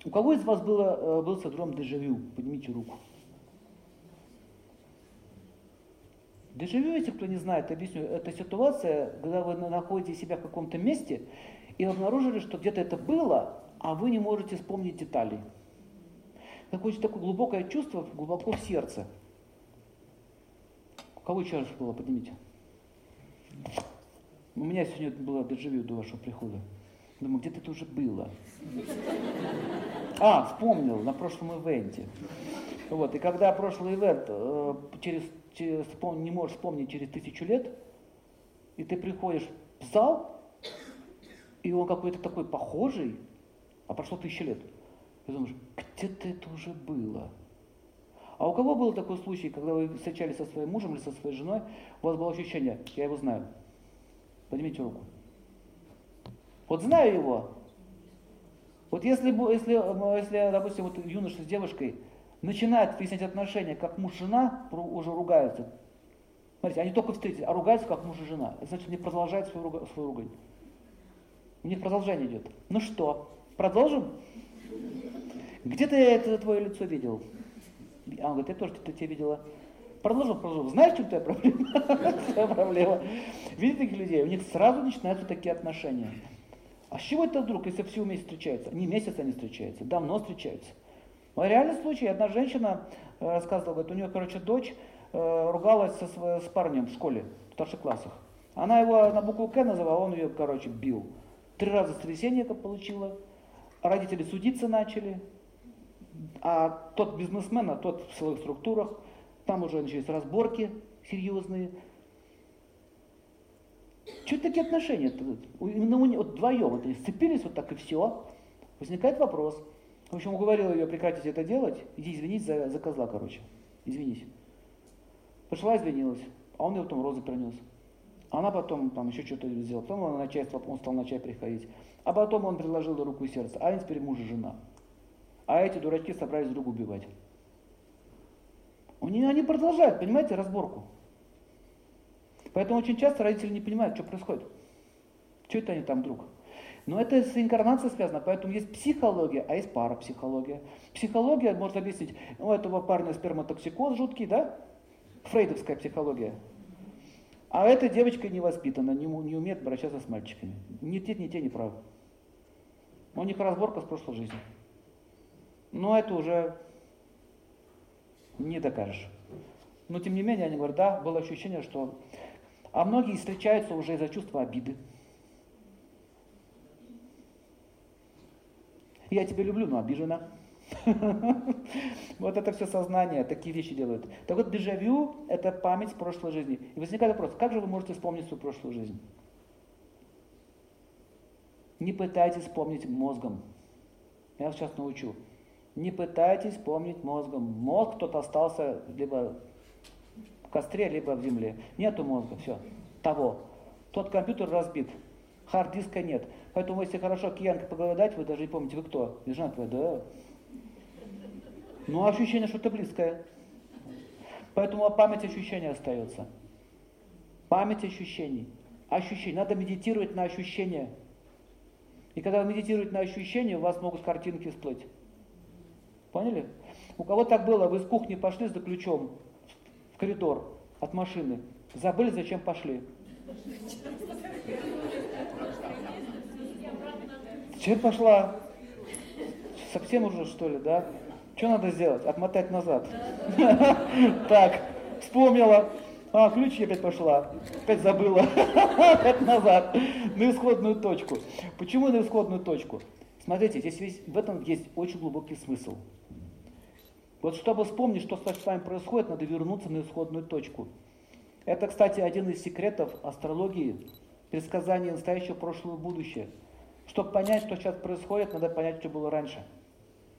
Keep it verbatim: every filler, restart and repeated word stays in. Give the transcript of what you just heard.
У кого из вас было, был синдром дежавю? Поднимите руку. Дежавю, если кто не знает, объясню, это ситуация, когда вы находите себя в каком-то месте и обнаружили, что где-то это было, а вы не можете вспомнить деталей. Какое-то такое глубокое чувство, глубоко в сердце. У кого еще раз было? Поднимите. У меня сегодня было дежавю до вашего прихода. Думаю, где-то это уже было. А, вспомнил, на прошлом ивенте. Вот, и когда прошлый ивент э, через, через, не можешь вспомнить через тысячу лет, и ты приходишь в зал, и он какой-то такой похожий, а прошло тысяча лет. И думаешь, где-то это уже было. А у кого был такой случай, когда вы встречались со своим мужем или со своей женой, у вас было ощущение, я его знаю? Поднимите руку. Вот знаю его. Вот если, если, если допустим, вот юноша с девушкой начинают выяснять отношения, как муж-жена, уже ругаются. Смотрите, они только встретились, а ругаются, как муж и жена. Это значит, они продолжают свою, руга, свою ругань. У них продолжение идет. Ну что, продолжим? Где ты это твое лицо видел? А он говорит, я тоже тебя видела. Продолжим, продолжим. Знаешь, в чем твоя проблема? Твоя проблема. Видите таких людей? У них сразу начинаются такие отношения. А с чего это вдруг, если все вместе встречаются? Не месяц они встречаются, давно встречаются. В реальном случае одна женщина э, рассказывала, говорит, у нее, короче, дочь э, ругалась со, с парнем в школе, в старших классах. Она его на букву К называла, он ее, короче, бил. Три раза сотрясение получила, родители судиться начали, а тот бизнесмен, а тот в своих структурах, там уже начались разборки серьезные. Что это такие отношения-то? Именно вот вдвоем вот они сцепились вот так и все. Возникает вопрос. В общем, уговорил ее прекратить это делать. Иди извинись за, за козла, короче. Извинись. Пошла, извинилась. А он ей потом розы принес. Она потом там еще что-то сделала. Потом он, на чай, он стал на чай приходить. А потом он предложил ей руку и сердце. А они теперь муж и жена. А эти дурачки собрались друг убивать. Они продолжают, понимаете, разборку. Поэтому очень часто родители не понимают, что происходит. Что это они там вдруг? Но это с инкарнацией связано, поэтому есть психология, а есть парапсихология. Психология может объяснить, у этого парня сперматоксикоз жуткий, да? Фрейдовская психология. А эта девочка не воспитана, не, не умеет обращаться с мальчиками. Ни те, ни те не правы. У них разборка с прошлой жизни. Но это уже не докажешь. Но тем не менее, они говорят, да, было ощущение, что... А многие встречаются уже из-за чувства обиды. Я тебя люблю, но обижена. Вот это все сознание, такие вещи делают. Так вот, дежавю – это память прошлой жизни. И возникает вопрос, как же вы можете вспомнить свою прошлую жизнь? Не пытайтесь вспомнить мозгом. Я вас сейчас научу. Не пытайтесь вспомнить мозгом. Мозг тот остался либо в костре, либо в земле. Нету мозга, все. Того. Тот компьютер разбит. Хард-диска нет. Поэтому, если хорошо киянка поголодать, вы даже не помните, вы кто? И жена твоя, да. Ну, ощущение что-то близкое. Поэтому память ощущения остается. Память ощущений. Ощущения. Надо медитировать на ощущения. И когда вы медитируете на ощущения, у вас могут картинки всплыть. Поняли? У кого так было, вы из кухни пошли за ключом в коридор от машины, забыли, зачем пошли. Зачем пошла? Совсем уже, что ли, да? Что надо сделать? Отмотать назад. Так, вспомнила. А, ключ опять пошла. Опять забыла. Опять назад. На исходную точку. Почему на исходную точку? Смотрите, здесь весь, в этом есть очень глубокий смысл. Вот чтобы вспомнить, что с вами происходит, надо вернуться на исходную точку. Это, кстати, один из секретов астрологии, предсказания настоящего, прошлого, будущего. Чтобы понять, что сейчас происходит, надо понять, что было раньше.